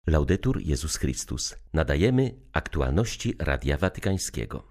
Laudetur Jezus Chrystus. Nadajemy aktualności Radia Watykańskiego.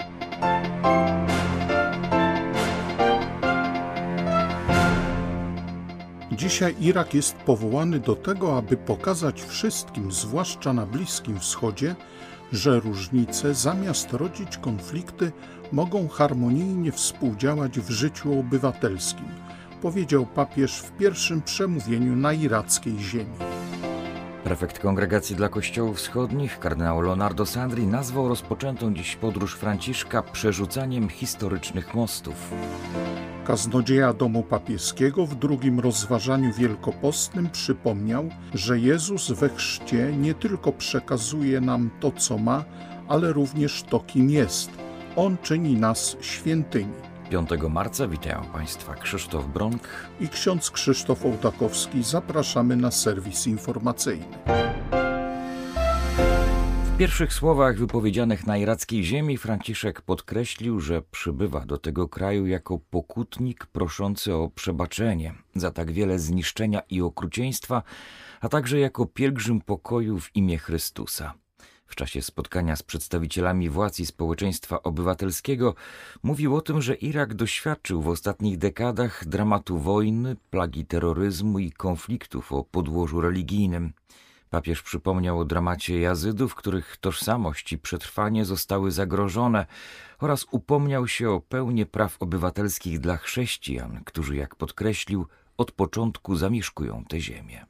Dzisiaj Irak jest powołany do tego, aby pokazać wszystkim, zwłaszcza na Bliskim Wschodzie, że różnice, zamiast rodzić konflikty, mogą harmonijnie współdziałać w życiu obywatelskim, powiedział papież w pierwszym przemówieniu na irackiej ziemi. Prefekt Kongregacji dla Kościołów Wschodnich, kardynał Leonardo Sandri, nazwał rozpoczętą dziś podróż Franciszka przerzucaniem historycznych mostów. Kaznodzieja Domu Papieskiego w drugim rozważaniu wielkopostnym przypomniał, że Jezus we chrzcie nie tylko przekazuje nam to, co ma, ale również to, kim jest. On czyni nas świętymi. 5 marca witają Państwa Krzysztof Bronk I ksiądz Krzysztof Ołtakowski. Zapraszamy na serwis informacyjny. W pierwszych słowach wypowiedzianych na irackiej ziemi Franciszek podkreślił, że przybywa do tego kraju jako pokutnik proszący o przebaczenie za tak wiele zniszczenia i okrucieństwa, a także jako pielgrzym pokoju w imię Chrystusa. W czasie spotkania z przedstawicielami władz i społeczeństwa obywatelskiego mówił o tym, że Irak doświadczył w ostatnich dekadach dramatu wojny, plagi terroryzmu i konfliktów o podłożu religijnym. Papież przypomniał o dramacie Jazydów, których tożsamość i przetrwanie zostały zagrożone, oraz upomniał się o pełnię praw obywatelskich dla chrześcijan, którzy, jak podkreślił, od początku zamieszkują tę ziemię.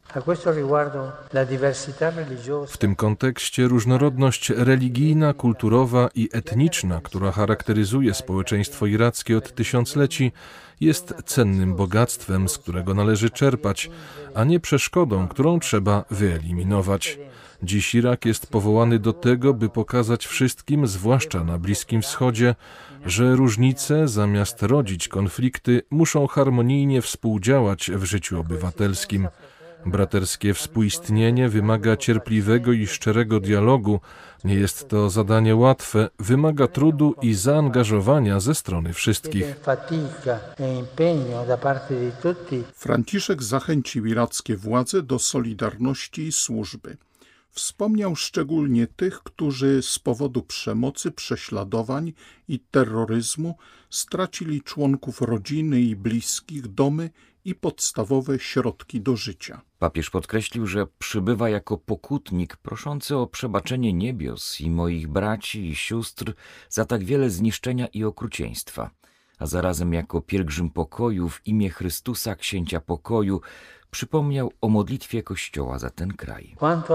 W tym kontekście różnorodność religijna, kulturowa i etniczna, która charakteryzuje społeczeństwo irackie od tysiącleci, jest cennym bogactwem, z którego należy czerpać, a nie przeszkodą, którą trzeba wyeliminować. Dziś Irak jest powołany do tego, by pokazać wszystkim, zwłaszcza na Bliskim Wschodzie, że różnice, zamiast rodzić konflikty, muszą harmonijnie współdziałać w życiu obywatelskim. Braterskie współistnienie wymaga cierpliwego i szczerego dialogu. Nie jest to zadanie łatwe, wymaga trudu i zaangażowania ze strony wszystkich. Franciszek zachęcił irackie władze do solidarności i służby. Wspomniał szczególnie tych, którzy z powodu przemocy, prześladowań i terroryzmu stracili członków rodziny i bliskich, domy i podstawowe środki do życia. Papież podkreślił, że przybywa jako pokutnik proszący o przebaczenie niebios i moich braci i sióstr za tak wiele zniszczenia i okrucieństwa, a zarazem jako pielgrzym pokoju w imię Chrystusa, Księcia Pokoju, przypomniał o modlitwie Kościoła za ten kraj.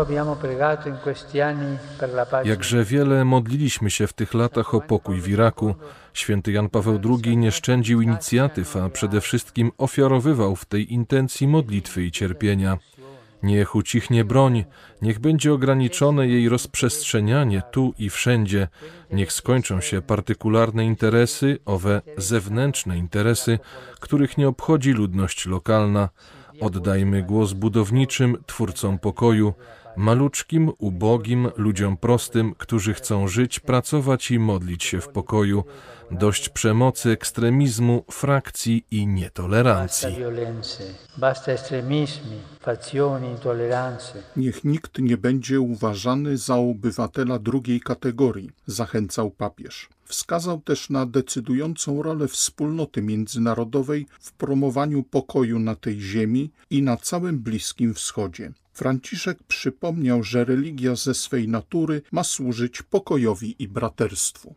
Jakże wiele modliliśmy się w tych latach o pokój w Iraku. Święty Jan Paweł II nie szczędził inicjatyw, a przede wszystkim ofiarowywał w tej intencji modlitwy i cierpienia. Niech ucichnie broń, niech będzie ograniczone jej rozprzestrzenianie tu i wszędzie, niech skończą się partykularne interesy, owe zewnętrzne interesy, których nie obchodzi ludność lokalna. Oddajmy głos budowniczym, twórcom pokoju, maluczkim, ubogim, ludziom prostym, którzy chcą żyć, pracować i modlić się w pokoju. Dość przemocy, ekstremizmu, frakcji i nietolerancji. Niech nikt nie będzie uważany za obywatela drugiej kategorii, zachęcał papież. Wskazał też na decydującą rolę wspólnoty międzynarodowej w promowaniu pokoju na tej ziemi i na całym Bliskim Wschodzie. Franciszek przypomniał, że religia ze swej natury ma służyć pokojowi i braterstwu.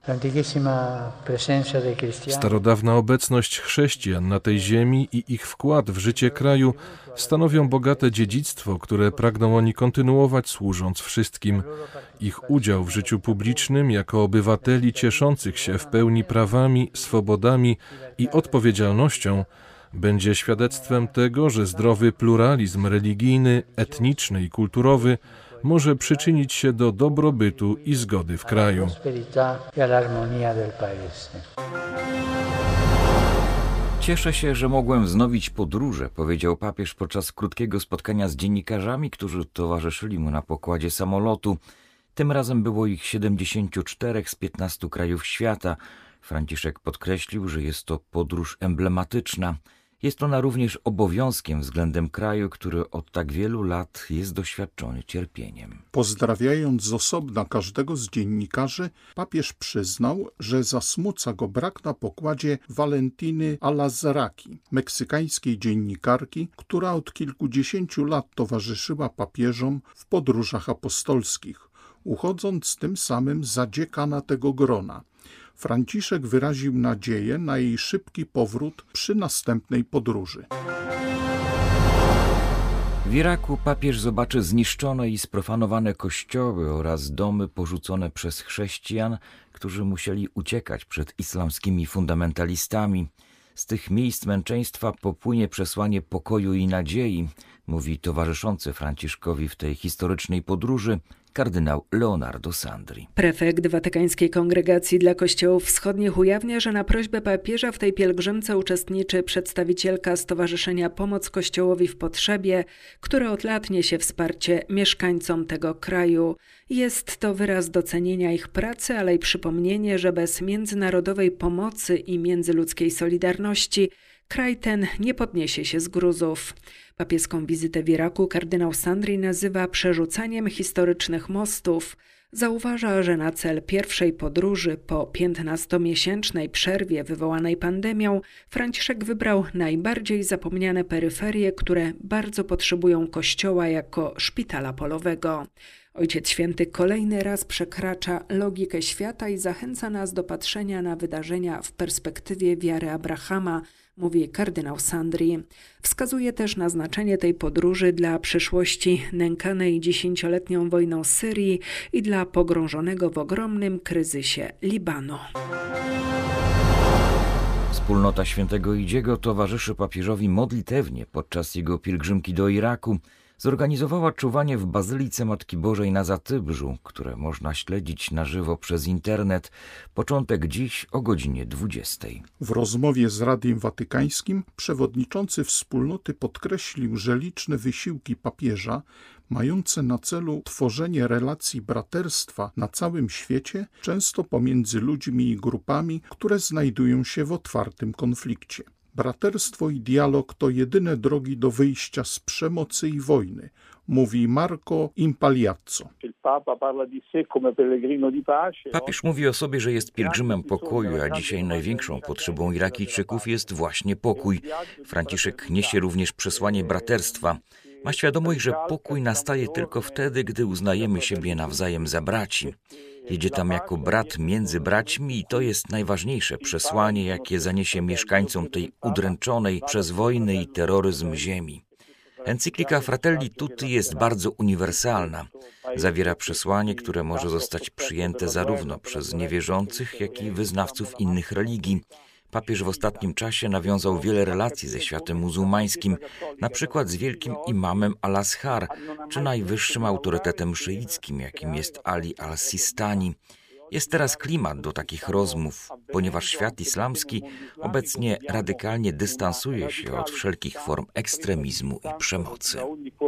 Starodawna obecność chrześcijan na tej ziemi i ich wkład w życie kraju stanowią bogate dziedzictwo, które pragną oni kontynuować, służąc wszystkim. Ich udział w życiu publicznym jako obywateli cieszących się w pełni prawami, swobodami i odpowiedzialnością będzie świadectwem tego, że zdrowy pluralizm religijny, etniczny i kulturowy może przyczynić się do dobrobytu i zgody w kraju. Cieszę się, że mogłem wznowić podróże, powiedział papież podczas krótkiego spotkania z dziennikarzami, którzy towarzyszyli mu na pokładzie samolotu. Tym razem było ich 74 z 15 krajów świata. Franciszek podkreślił, że jest to podróż emblematyczna. Jest ona również obowiązkiem względem kraju, który od tak wielu lat jest doświadczony cierpieniem. Pozdrawiając z osobna każdego z dziennikarzy, papież przyznał, że zasmuca go brak na pokładzie Valentiny Alazraqui, meksykańskiej dziennikarki, która od kilkudziesięciu lat towarzyszyła papieżom w podróżach apostolskich, uchodząc tym samym za dziekana tego grona. Franciszek wyraził nadzieję na jej szybki powrót przy następnej podróży. W Iraku papież zobaczy zniszczone i sprofanowane kościoły oraz domy porzucone przez chrześcijan, którzy musieli uciekać przed islamskimi fundamentalistami. Z tych miejsc męczeństwa popłynie przesłanie pokoju i nadziei, mówi towarzyszący Franciszkowi w tej historycznej podróży kardynał Leonardo Sandri. Prefekt Watykańskiej Kongregacji dla Kościołów Wschodnich ujawnia, że na prośbę papieża w tej pielgrzymce uczestniczy przedstawicielka Stowarzyszenia Pomoc Kościołowi w Potrzebie, które od lat niesie wsparcie mieszkańcom tego kraju. Jest to wyraz docenienia ich pracy, ale i przypomnienie, że bez międzynarodowej pomocy i międzyludzkiej solidarności kraj ten nie podniesie się z gruzów. Papieską wizytę w Iraku kardynał Sandri nazywa przerzucaniem historycznych mostów. Zauważa, że na cel pierwszej podróży po 15-miesięcznej przerwie wywołanej pandemią Franciszek wybrał najbardziej zapomniane peryferie, które bardzo potrzebują kościoła jako szpitala polowego. Ojciec Święty kolejny raz przekracza logikę świata i zachęca nas do patrzenia na wydarzenia w perspektywie wiary Abrahama, mówi kardynał Sandri. Wskazuje też na znaczenie tej podróży dla przyszłości nękanej 10-letnią wojną Syrii i dla pogrążonego w ogromnym kryzysie Libanu. Wspólnota Świętego Idziego towarzyszy papieżowi modlitewnie podczas jego pielgrzymki do Iraku. Zorganizowała czuwanie w Bazylice Matki Bożej na Zatybrzu, które można śledzić na żywo przez internet. Początek dziś o godzinie 20. W rozmowie z Radiem Watykańskim przewodniczący wspólnoty podkreślił, że liczne wysiłki papieża mające na celu tworzenie relacji braterstwa na całym świecie, często pomiędzy ludźmi i grupami, które znajdują się w otwartym konflikcie. Braterstwo i dialog to jedyne drogi do wyjścia z przemocy i wojny, mówi Marco Impagliazzo. Papież mówi o sobie, że jest pielgrzymem pokoju, a dzisiaj największą potrzebą Irakijczyków jest właśnie pokój. Franciszek niesie również przesłanie braterstwa. Ma świadomość, że pokój nastaje tylko wtedy, gdy uznajemy siebie nawzajem za braci. Jedzie tam jako brat między braćmi i to jest najważniejsze przesłanie, jakie zaniesie mieszkańcom tej udręczonej przez wojnę i terroryzm ziemi. Encyklika Fratelli Tutti jest bardzo uniwersalna. Zawiera przesłanie, które może zostać przyjęte zarówno przez niewierzących, jak i wyznawców innych religii. Papież w ostatnim czasie nawiązał wiele relacji ze światem muzułmańskim, na przykład z wielkim imamem Al-Azhar, czy najwyższym autorytetem szyickim, jakim jest Ali al-Sistani. Jest teraz klimat do takich rozmów, ponieważ świat islamski obecnie radykalnie dystansuje się od wszelkich form ekstremizmu i przemocy.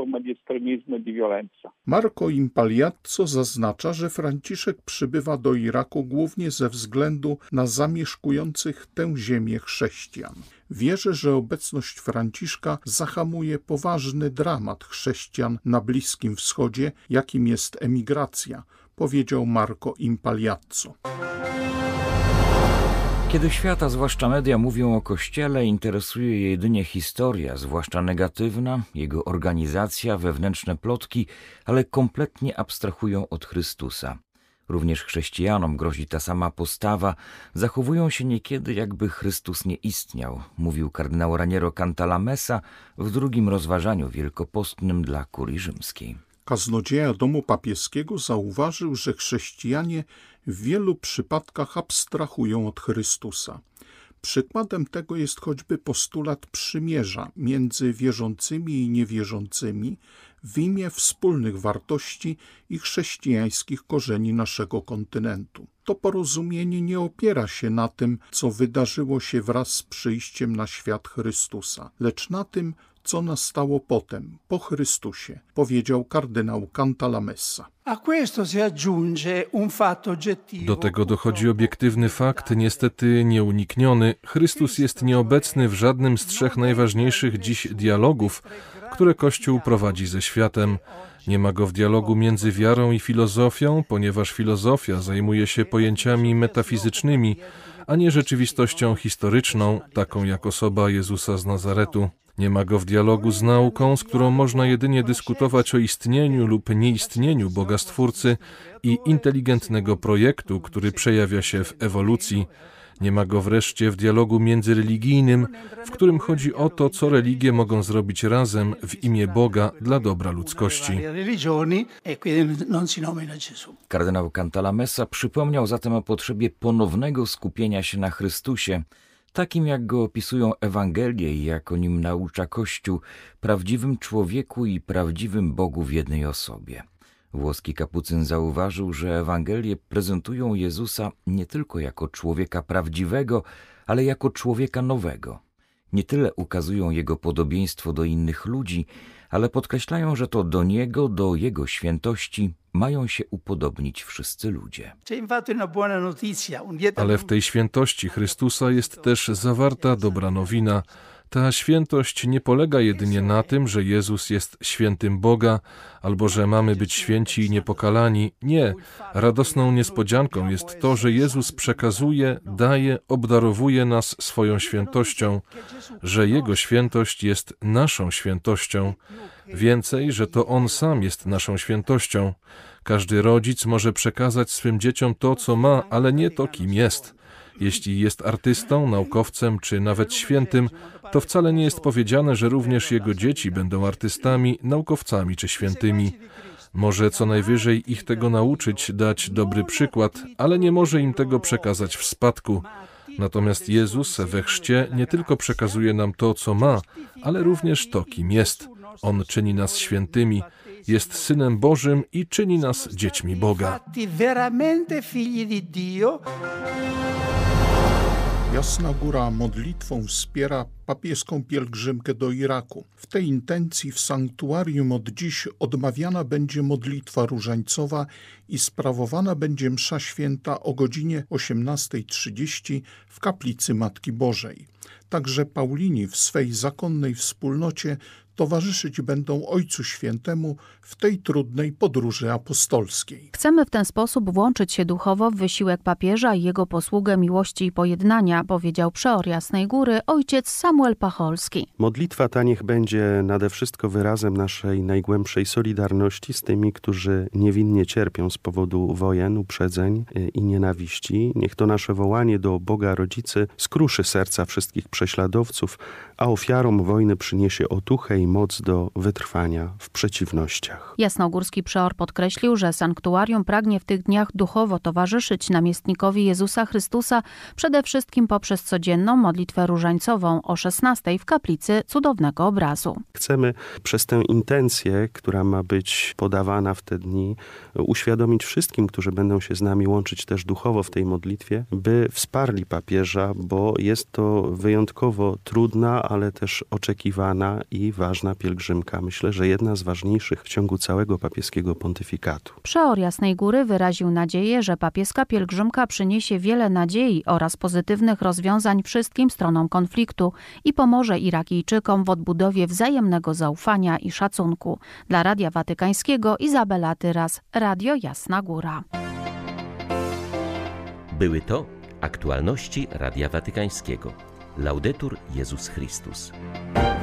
Marco Impagliazzo zaznacza, że Franciszek przybywa do Iraku głównie ze względu na zamieszkujących tę ziemię chrześcijan. Wierzę, że obecność Franciszka zahamuje poważny dramat chrześcijan na Bliskim Wschodzie, jakim jest emigracja, powiedział Marco Impagliazzo. Kiedy świat, a zwłaszcza media mówią o Kościele, interesuje je jedynie historia, zwłaszcza negatywna, jego organizacja, wewnętrzne plotki, ale kompletnie abstrahują od Chrystusa. Również chrześcijanom grozi ta sama postawa, zachowują się niekiedy, jakby Chrystus nie istniał, mówił kardynał Raniero Cantalamessa w drugim rozważaniu wielkopostnym dla kurii rzymskiej. Kaznodzieja Domu Papieskiego zauważył, że chrześcijanie w wielu przypadkach abstrahują od Chrystusa. Przykładem tego jest choćby postulat przymierza między wierzącymi i niewierzącymi w imię wspólnych wartości i chrześcijańskich korzeni naszego kontynentu. To porozumienie nie opiera się na tym, co wydarzyło się wraz z przyjściem na świat Chrystusa, lecz na tym, co nastało potem, po Chrystusie, powiedział kardynał Cantalamessa. Do tego dochodzi obiektywny fakt, niestety nieunikniony. Chrystus jest nieobecny w żadnym z trzech najważniejszych dziś dialogów, które Kościół prowadzi ze światem. Nie ma go w dialogu między wiarą i filozofią, ponieważ filozofia zajmuje się pojęciami metafizycznymi, a nie rzeczywistością historyczną, taką jak osoba Jezusa z Nazaretu. Nie ma go w dialogu z nauką, z którą można jedynie dyskutować o istnieniu lub nieistnieniu Boga Stwórcy i inteligentnego projektu, który przejawia się w ewolucji. Nie ma go wreszcie w dialogu międzyreligijnym, w którym chodzi o to, co religie mogą zrobić razem w imię Boga dla dobra ludzkości. Kardynał Cantalamessa przypomniał zatem o potrzebie ponownego skupienia się na Chrystusie, takim jak go opisują Ewangelie i jak o nim naucza Kościół, prawdziwym człowieku i prawdziwym Bogu w jednej osobie. Włoski kapucyn zauważył, że Ewangelie prezentują Jezusa nie tylko jako człowieka prawdziwego, ale jako człowieka nowego. Nie tyle ukazują Jego podobieństwo do innych ludzi, ale podkreślają, że to do Niego, do Jego świętości mają się upodobnić wszyscy ludzie. Ale w tej świętości Chrystusa jest też zawarta dobra nowina. Ta świętość nie polega jedynie na tym, że Jezus jest świętym Boga, albo że mamy być święci i niepokalani. Nie. Radosną niespodzianką jest to, że Jezus przekazuje, daje, obdarowuje nas swoją świętością, że Jego świętość jest naszą świętością. Więcej, że to On sam jest naszą świętością. Każdy rodzic może przekazać swym dzieciom to, co ma, ale nie to, kim jest. Jeśli jest artystą, naukowcem czy nawet świętym, to wcale nie jest powiedziane, że również jego dzieci będą artystami, naukowcami czy świętymi. Może co najwyżej ich tego nauczyć, dać dobry przykład, ale nie może im tego przekazać w spadku. Natomiast Jezus we chrzcie nie tylko przekazuje nam to, co ma, ale również to, kim jest. On czyni nas świętymi, jest Synem Bożym i czyni nas dziećmi Boga. Jasna Góra modlitwą wspiera papieską pielgrzymkę do Iraku. W tej intencji w sanktuarium od dziś odmawiana będzie modlitwa różańcowa i sprawowana będzie msza święta o godzinie 18:30 w kaplicy Matki Bożej. Także Paulini w swej zakonnej wspólnocie towarzyszyć będą Ojcu Świętemu w tej trudnej podróży apostolskiej. Chcemy w ten sposób włączyć się duchowo w wysiłek papieża i jego posługę miłości i pojednania, powiedział przeor Jasnej Góry ojciec Samuel Pacholski. Modlitwa ta niech będzie nade wszystko wyrazem naszej najgłębszej solidarności z tymi, którzy niewinnie cierpią z powodu wojen, uprzedzeń i nienawiści. Niech to nasze wołanie do Boga Rodzicy skruszy serca wszystkich prześladowców, a ofiarom wojny przyniesie otuchę i moc do wytrwania w przeciwnościach. Jasnogórski przeor podkreślił, że sanktuarium pragnie w tych dniach duchowo towarzyszyć namiestnikowi Jezusa Chrystusa, przede wszystkim poprzez codzienną modlitwę różańcową o 16:00 w kaplicy Cudownego Obrazu. Chcemy przez tę intencję, która ma być podawana w te dni, uświadomić wszystkim, którzy będą się z nami łączyć też duchowo w tej modlitwie, by wsparli papieża, bo jest to wyjątkowo trudna, ale też oczekiwana i ważna pielgrzymka. Myślę, że jedna z ważniejszych w ciągu całego papieskiego pontyfikatu. Przeor Jasnej Góry wyraził nadzieję, że papieska pielgrzymka przyniesie wiele nadziei oraz pozytywnych rozwiązań wszystkim stronom konfliktu i pomoże Irakijczykom w odbudowie wzajemnego zaufania i szacunku. Dla Radia Watykańskiego Izabela Tyras, Radio Jasna Góra. Były to aktualności Radia Watykańskiego. Laudetur Jezus Chrystus.